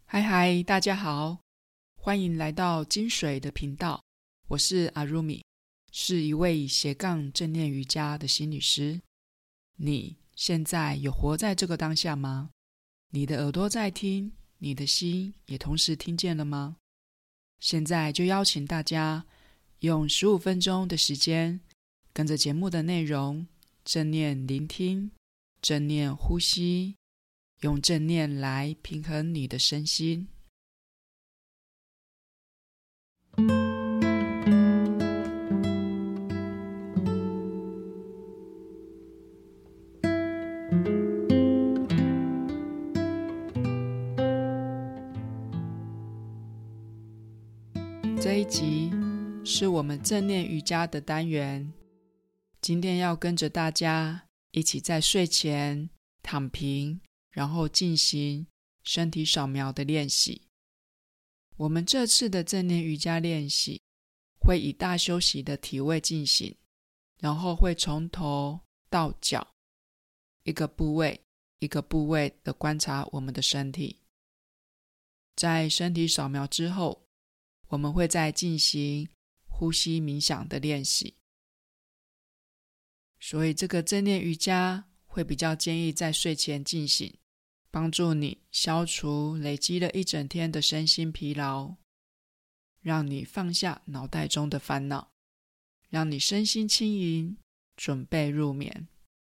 嗨嗨，大家好，欢迎来到金水的频道，我是阿如米，是一位斜杠正念瑜伽的心理师。你现在有活在这个当下吗？你的耳朵在听，你的心也同时听见了吗？现在就邀请大家用15分钟的时间，跟着节目的内容，正念聆听，正念呼吸，用正念来平衡你的身心。这一集是我们正念瑜伽的单元，今天要跟着大家一起在睡前躺平，然后进行身体扫描的练习。我们这次的正念瑜伽练习会以大休息的体位进行，然后会从头到脚一个部位一个部位的观察我们的身体。在身体扫描之后，我们会再进行呼吸冥想的练习。所以这个正念瑜伽会比较建议在睡前进行，帮助你消除累积了一整天的身心疲劳，让你放下脑袋中的烦恼，让你身心轻盈，准备入眠。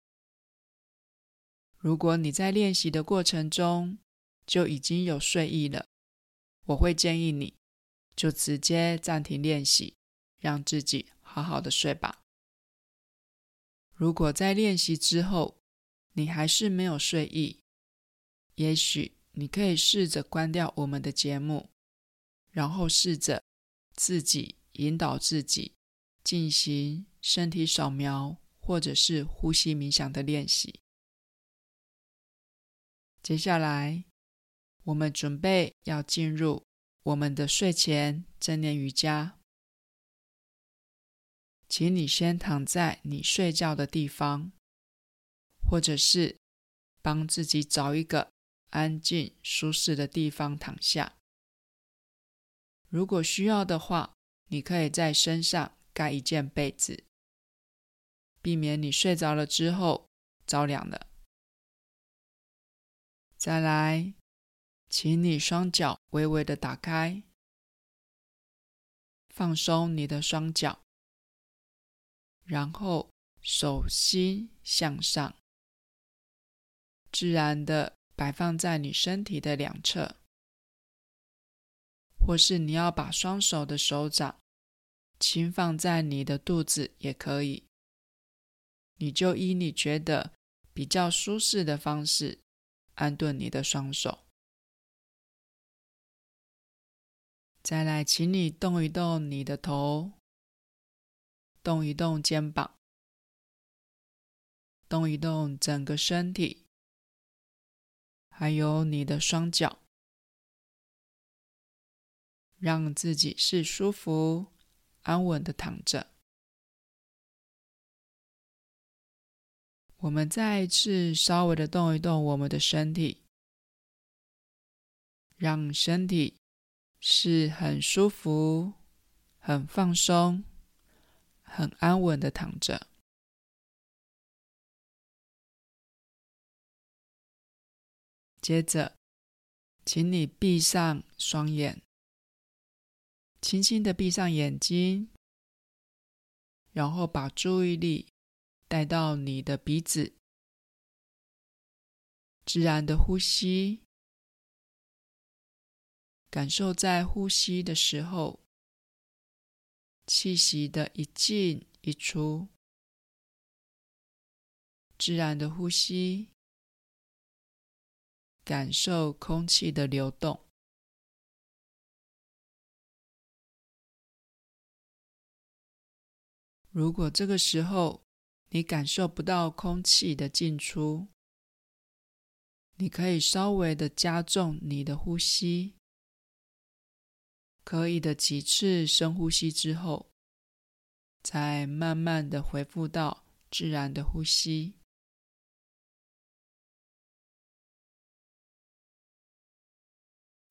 如果你在练习的过程中就已经有睡意了，我会建议你就直接暂停练习，让自己好好的睡吧。如果在练习之后你还是没有睡意，也许你可以试着关掉我们的节目，然后试着自己引导自己进行身体扫描或者是呼吸冥想的练习。接下来我们准备要进入我们的睡前正念瑜伽。请你先躺在你睡觉的地方，或者是帮自己找一个安静舒适的地方躺下。如果需要的话，你可以在身上盖一件被子，避免你睡着了之后着凉了。再来，请你双脚微微的打开，放松你的双脚，然后手心向上，自然的摆放在你身体的两侧，或是你要把双手的手掌轻放在你的肚子也可以，你就依你觉得比较舒适的方式安顿你的双手。再来，请你动一动你的头，动一动肩膀，动一动整个身体，还有你的双脚，让自己是舒服安稳的躺着。我们再一次稍微的动一动我们的身体，让身体是很舒服很放松很安稳的躺着。接着请你闭上双眼，轻轻的闭上眼睛，然后把注意力带到你的鼻子，自然的呼吸，感受在呼吸的时候气息的一进一出，自然的呼吸，感受空气的流动。如果这个时候你感受不到空气的进出，你可以稍微的加重你的呼吸，可以的几次深呼吸之后，再慢慢的恢复到自然的呼吸。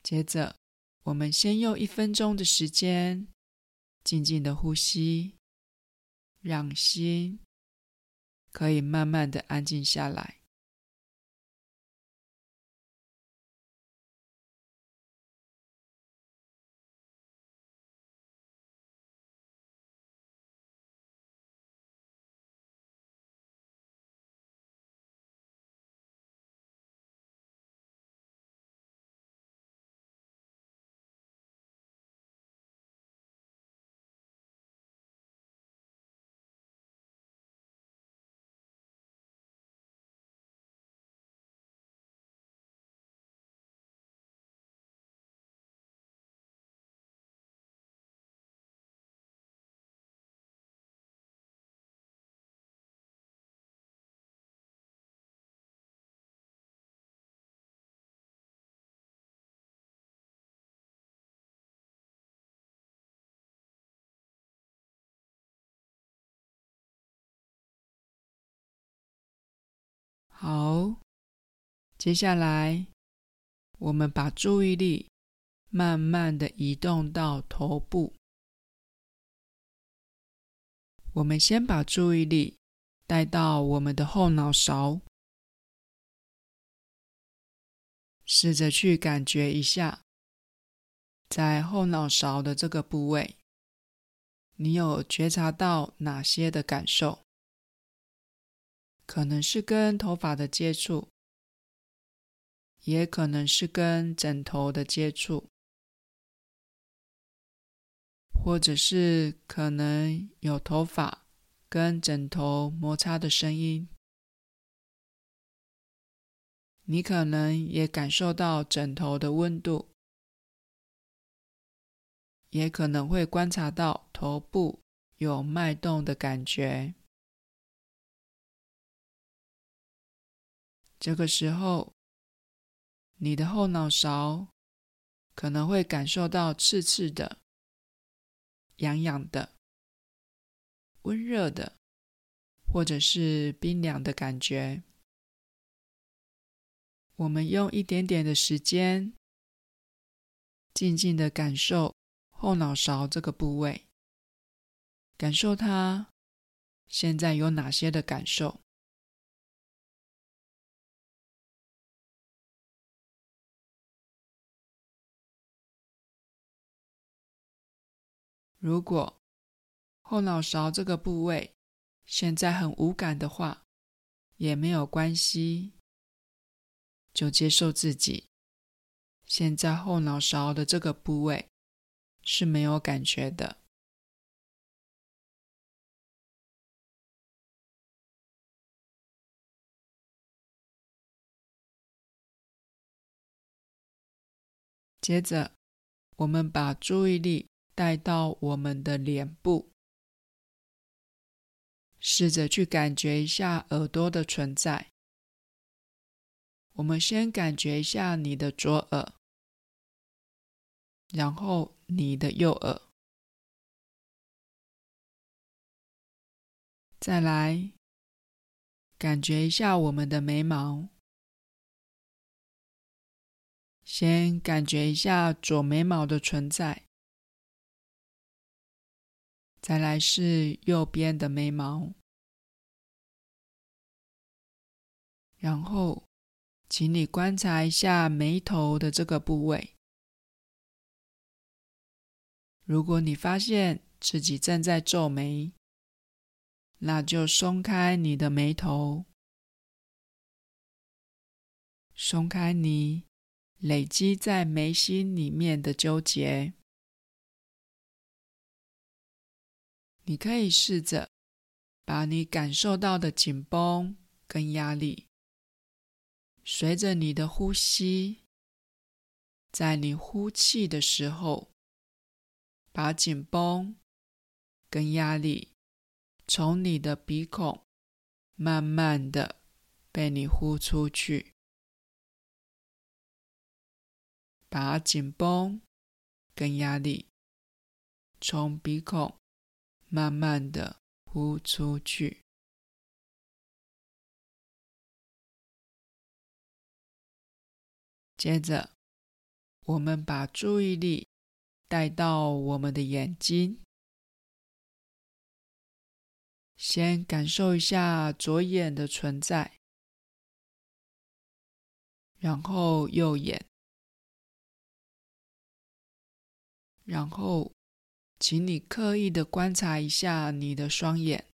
接着，我们先用1分钟的时间，静静的呼吸，让心可以慢慢的安静下来。好，接下来我们把注意力慢慢的移动到头部。我们先把注意力带到我们的后脑勺，试着去感觉一下，在后脑勺的这个部位，你有觉察到哪些的感受？可能是跟头发的接触，也可能是跟枕头的接触，或者是可能有头发跟枕头摩擦的声音。你可能也感受到枕头的温度，也可能会观察到头部有脉动的感觉。这个时候，你的后脑勺可能会感受到刺刺的、痒痒的、温热的，或者是冰凉的感觉。我们用一点点的时间，静静的感受后脑勺这个部位，感受它现在有哪些的感受。如果后脑勺这个部位现在很无感的话，也没有关系，就接受自己现在后脑勺的这个部位是没有感觉的。接着，我们把注意力带到我们的脸部，试着去感觉一下耳朵的存在。我们先感觉一下你的左耳，然后你的右耳，再来感觉一下我们的眉毛。先感觉一下左眉毛的存在，再来是右边的眉毛，然后请你观察一下眉头的这个部位。如果你发现自己正在皱眉，那就松开你的眉头，松开你累积在眉心里面的纠结。你可以试着把你感受到的紧绷跟压力，随着你的呼吸，在你呼气的时候，把紧绷跟压力从你的鼻孔慢慢的被你呼出去，把紧绷跟压力从鼻孔慢慢的呼出去。接着， 我们把注意力带到我们的眼睛，先感受一下左眼的存在，然后右眼，然后请你刻意的观察一下你的双眼，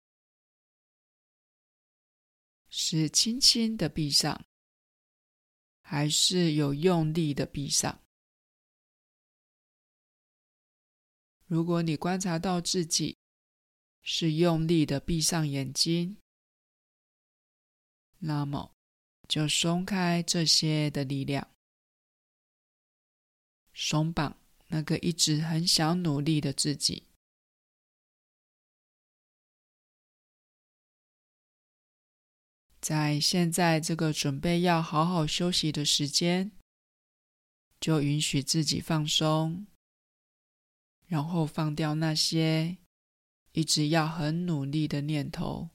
是轻轻的闭上，还是有用力的闭上？如果你观察到自己是用力的闭上眼睛，那么就松开这些的力量，松绑那个一直很想努力的自己。在现在这个准备要好好休息的时间，就允许自己放松，然后放掉那些一直要很努力的念头。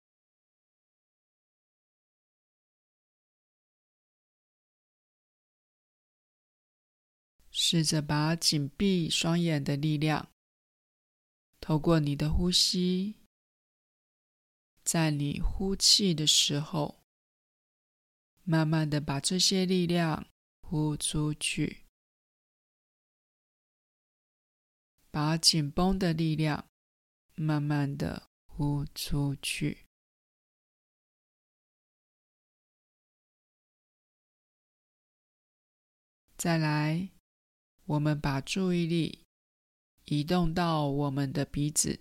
试着把紧闭双眼的力量，透过你的呼吸，在你呼气的时候，慢慢的把这些力量呼出去，把紧绷的力量慢慢的呼出去。再来，我们把注意力移动到我们的鼻子，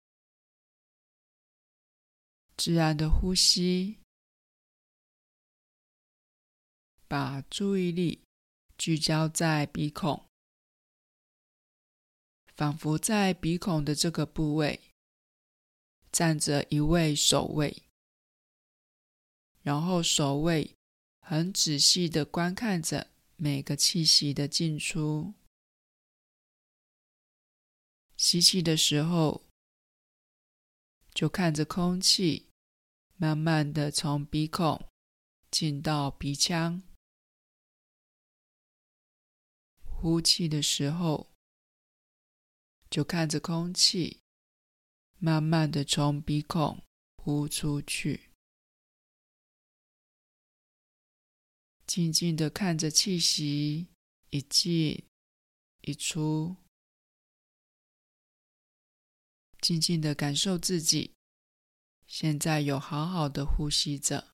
自然的呼吸，把注意力聚焦在鼻孔，仿佛在鼻孔的这个部位站着一位守卫，然后守卫很仔细地观看着每个气息的进出。吸气的时候，就看着空气慢慢地从鼻孔进到鼻腔。呼气的时候，就看着空气慢慢地从鼻孔呼出去。静静地看着气息一进一出，静静地感受自己现在有好好的呼吸着。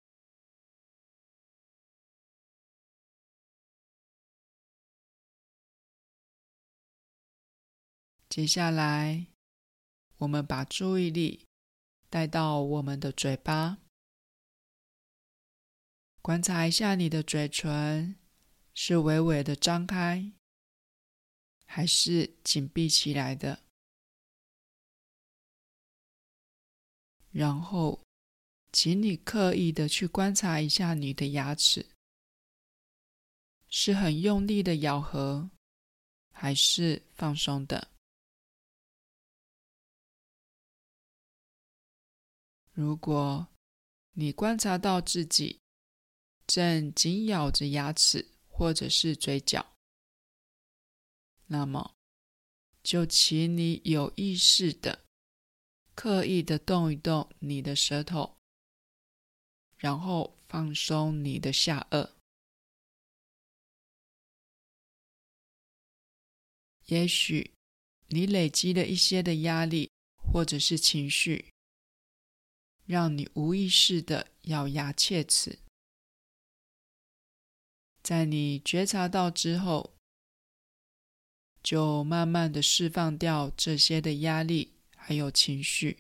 接下来，我们把注意力带到我们的嘴巴，观察一下你的嘴唇是微微的张开，还是紧闭起来的。然后，请你刻意的去观察一下你的牙齿，是很用力的咬合，还是放松的？如果你观察到自己正紧咬着牙齿或者是嘴角，那么就请你有意识的刻意的动一动你的舌头，然后放松你的下颚。也许你累积了一些的压力或者是情绪，让你无意识的咬牙切齿。在你觉察到之后，就慢慢的释放掉这些的压力还有情绪，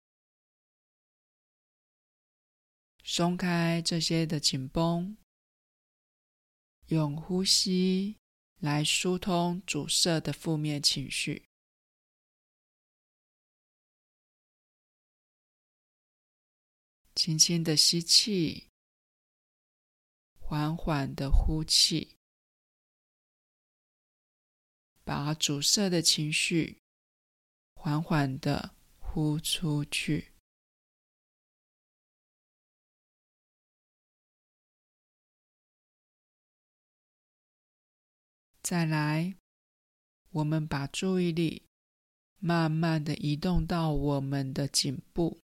松开这些的紧绷，用呼吸来疏通阻塞的负面情绪。轻轻的吸气，缓缓的呼气，把阻塞的情绪缓缓的呼出去。 再来，我们把注意力慢慢的移动到我们的颈部，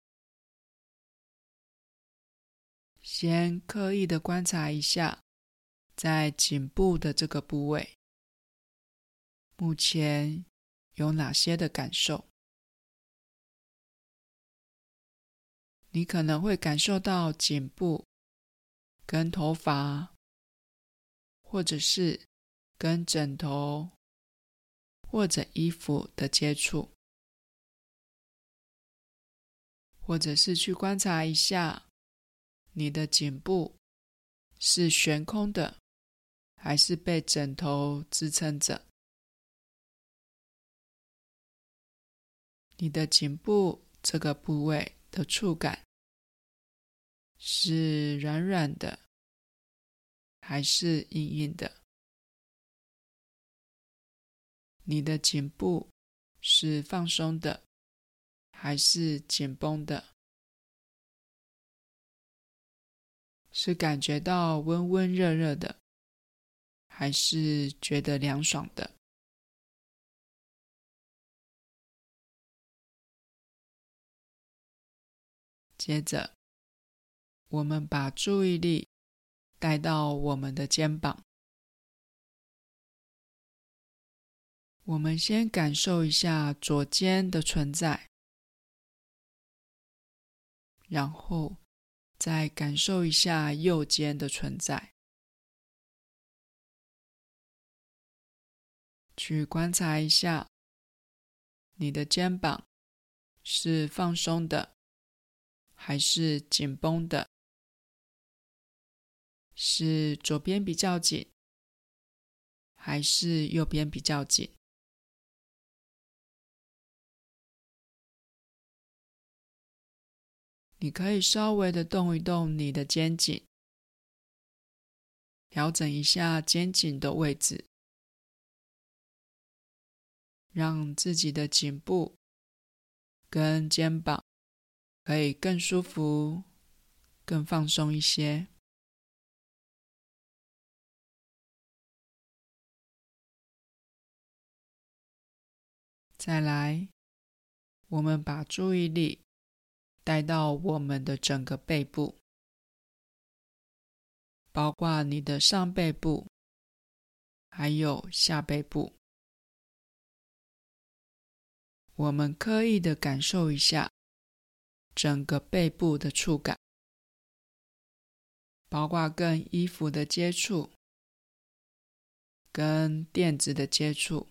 先刻意的观察一下在颈部的这个部位目前有哪些的感受。你可能会感受到颈部跟头发，或者是跟枕头或者衣服的接触，或者是去观察一下你的颈部是悬空的，还是被枕头支撑着。你的颈部这个部位的触感是软软的，还是硬硬的？你的颈部是放松的，还是紧绷的？是感觉到温温热热的，还是觉得凉爽的？接着，我们把注意力带到我们的肩膀。我们先感受一下左肩的存在，然后再感受一下右肩的存在。去观察一下你的肩膀是放松的，还是紧绷的？是左边比较紧，还是右边比较紧？你可以稍微的动一动你的肩颈，调整一下肩颈的位置，让自己的颈部跟肩膀可以更舒服、更放松一些。再来，我们把注意力带到我们的整个背部，包括你的上背部，还有下背部。我们刻意的感受一下整个背部的触感，包括跟衣服的接触，跟垫子的接触，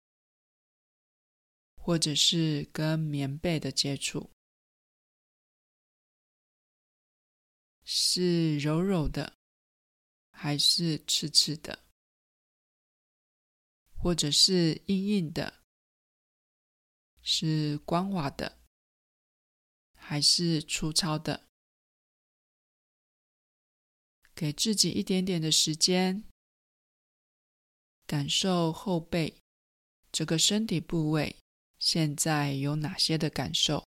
或者是跟棉被的接触。是柔柔的，还是刺刺的？或者是硬硬的？是光滑的，还是粗糙的？给自己一点点的时间，感受后背这个身体部位现在有哪些的感受。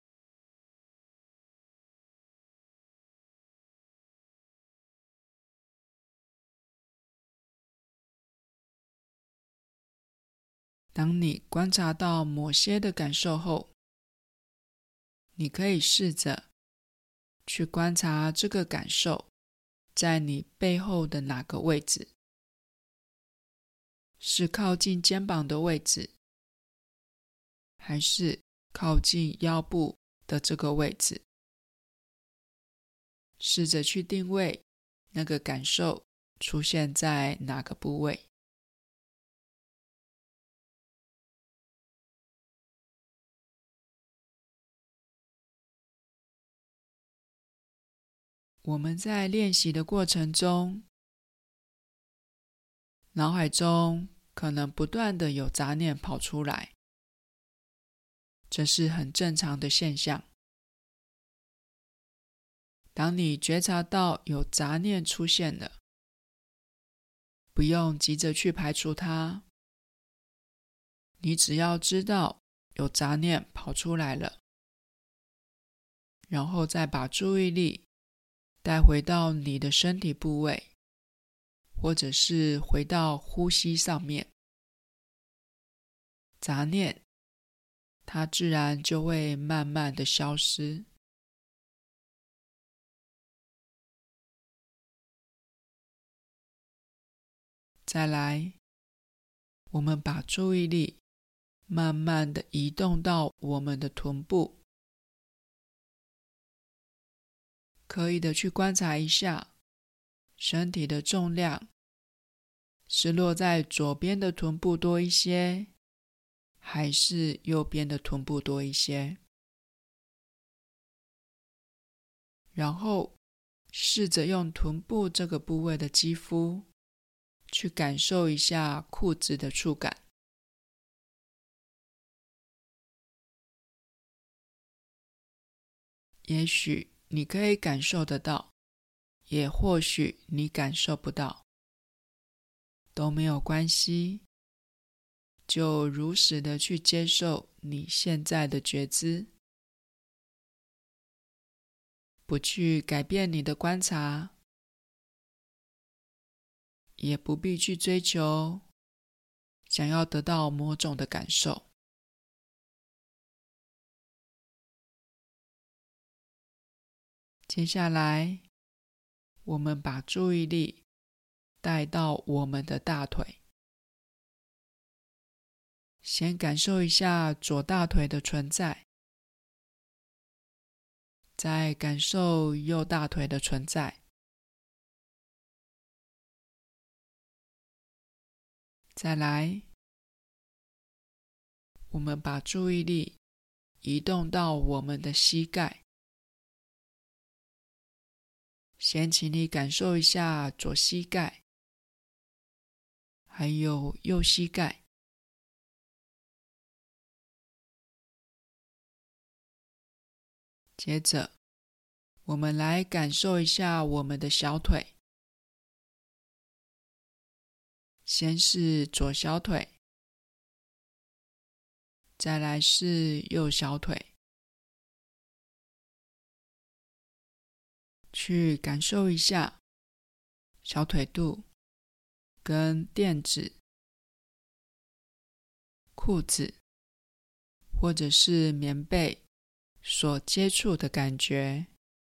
当你观察到某些的感受后，你可以试着去观察这个感受在你背后的哪个位置，是靠近肩膀的位置，还是靠近腰部的这个位置？试着去定位那个感受出现在哪个部位。我们在练习的过程中，脑海中可能不断的有杂念跑出来，这是很正常的现象。当你觉察到有杂念出现了，不用急着去排除它，你只要知道有杂念跑出来了，然后再把注意力带回到你的身体部位， 或者是回到呼吸上面，杂念它自然就会慢慢的消失。再来，我们把注意力慢慢的移动到我们的臀部，刻意的去观察一下身体的重量是落在左边的臀部多一些，还是右边的臀部多一些。然后试着用臀部这个部位的肌肤去感受一下裤子的触感。也许你可以感受得到，也或许你感受不到，都没有关系，就如实的去接受你现在的觉知，不去改变你的观察，也不必去追求想要得到某种的感受。接下来，我们把注意力带到我们的大腿，先感受一下左大腿的存在，再感受右大腿的存在。再来，我们把注意力移动到我们的膝盖，先请你感受一下左膝盖，还有右膝盖。接着，我们来感受一下我们的小腿，先是左小腿，再来是右小腿，去感受一下小腿肚跟垫子、裤子或者是棉被所接触的感觉。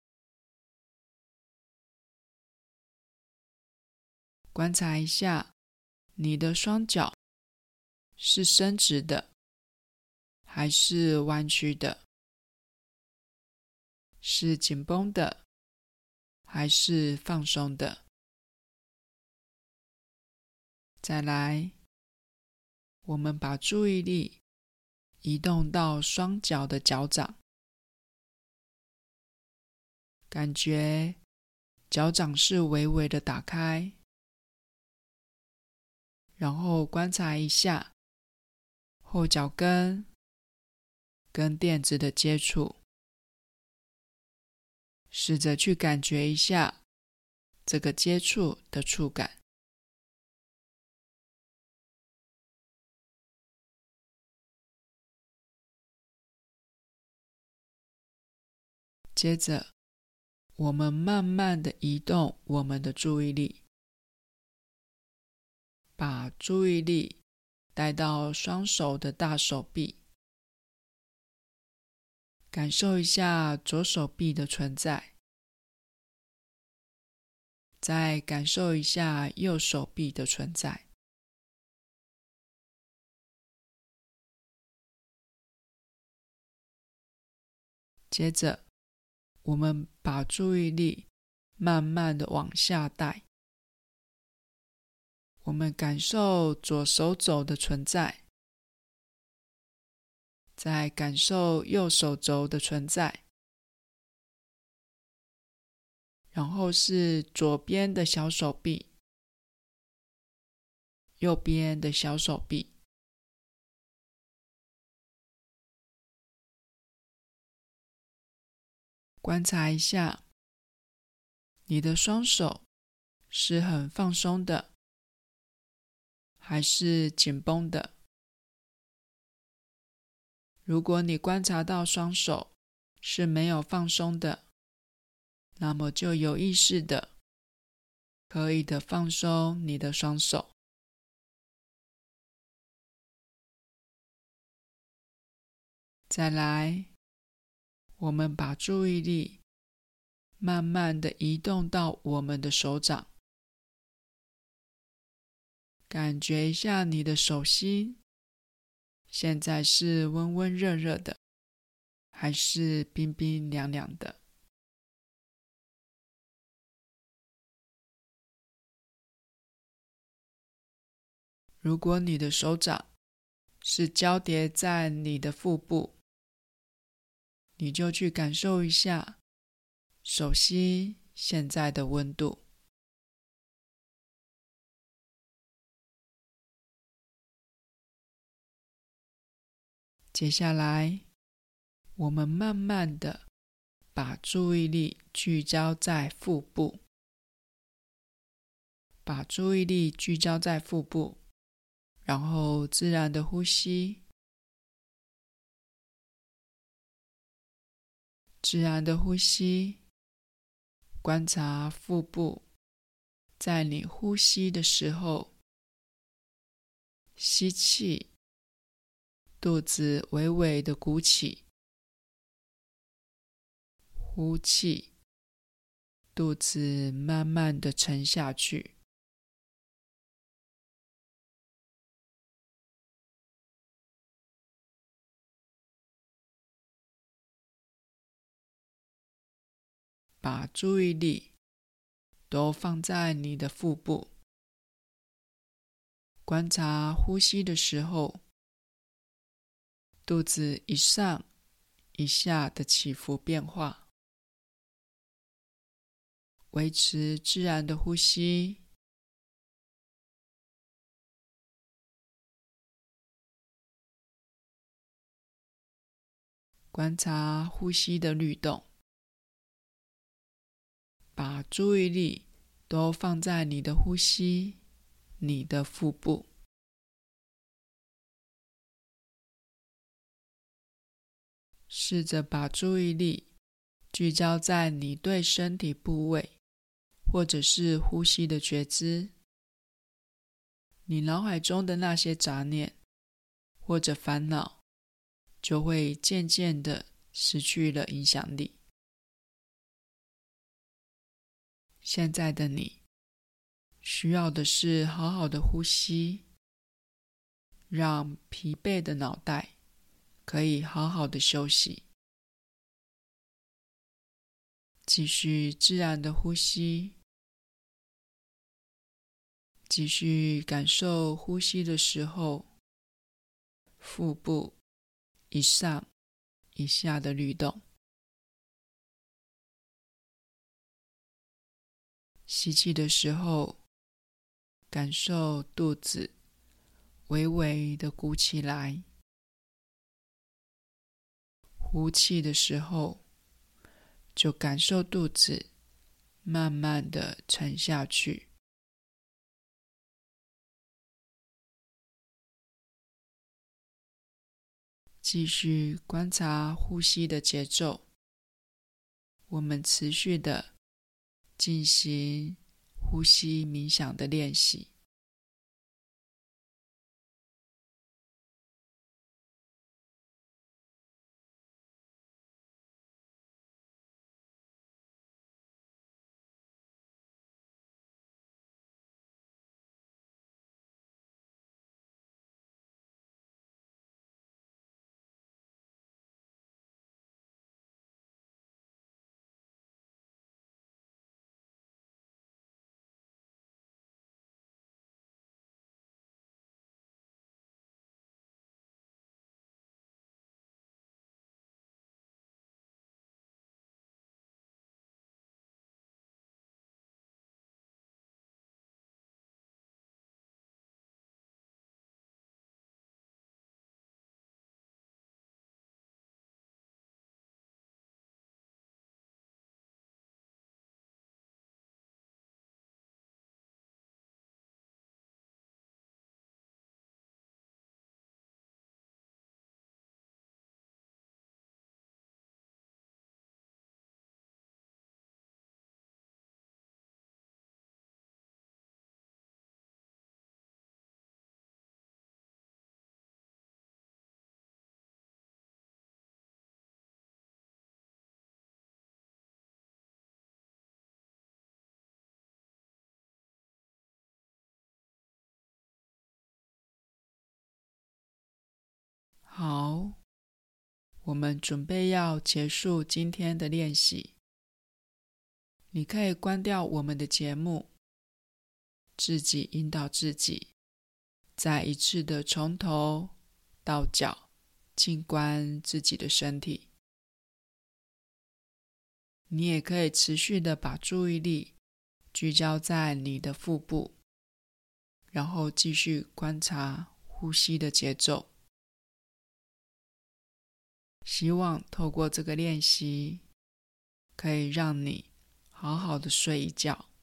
观察一下你的双脚是伸直的还是弯曲的，是紧绷的还是放松的。再来，我们把注意力移动到双脚的脚掌，感觉脚掌是微微的打开，然后观察一下后脚跟跟垫子的接触，试着去感觉一下这个接触的触感。接着，我们慢慢的移动我们的注意力，把注意力带到双手的大手臂，感受一下左手臂的存在，再感受一下右手臂的存在。接着，我们把注意力慢慢的往下带，我们感受左手肘的存在，再感受右手肘的存在，然后是左边的小手臂，右边的小手臂。观察一下，你的双手是很放松的，还是紧绷的？如果你观察到双手是没有放松的，那么就有意识的可以的放松你的双手。再来，我们把注意力慢慢的移动到我们的手掌，感觉一下你的手心现在是温温热热的，还是冰冰凉凉的？如果你的手掌是交叠在你的腹部，你就去感受一下手心现在的温度。接下来，我们慢慢的把注意力聚焦在腹部，把注意力聚焦在腹部，然后自然的呼吸，自然的呼吸，观察腹部，在你呼吸的时候，吸气，肚子微微的鼓起，呼气，肚子慢慢的沉下去。把注意力都放在你的腹部，观察呼吸的时候，肚子一上一下的起伏变化，维持自然的呼吸。观察呼吸的律动，把注意力都放在你的呼吸，你的腹部。试着把注意力聚焦在你对身体部位或者是呼吸的觉知，你脑海中的那些杂念或者烦恼就会渐渐的失去了影响力。现在的你需要的是好好的呼吸，让疲惫的脑袋可以好好的休息。继续自然的呼吸，继续感受呼吸的时候，腹部一上一下的律动。吸气的时候，感受肚子微微的鼓起来，呼气的时候，就感受肚子慢慢的沉下去。继续观察呼吸的节奏，我们持续的进行呼吸冥想的练习。 我们准备要结束今天的练习。你可以关掉我们的节目，自己引导自己，再一次的从头到脚静观自己的身体。你也可以持续的把注意力聚焦在你的腹部，然后继续观察呼吸的节奏。希望透过这个练习，可以让你好好的睡一觉。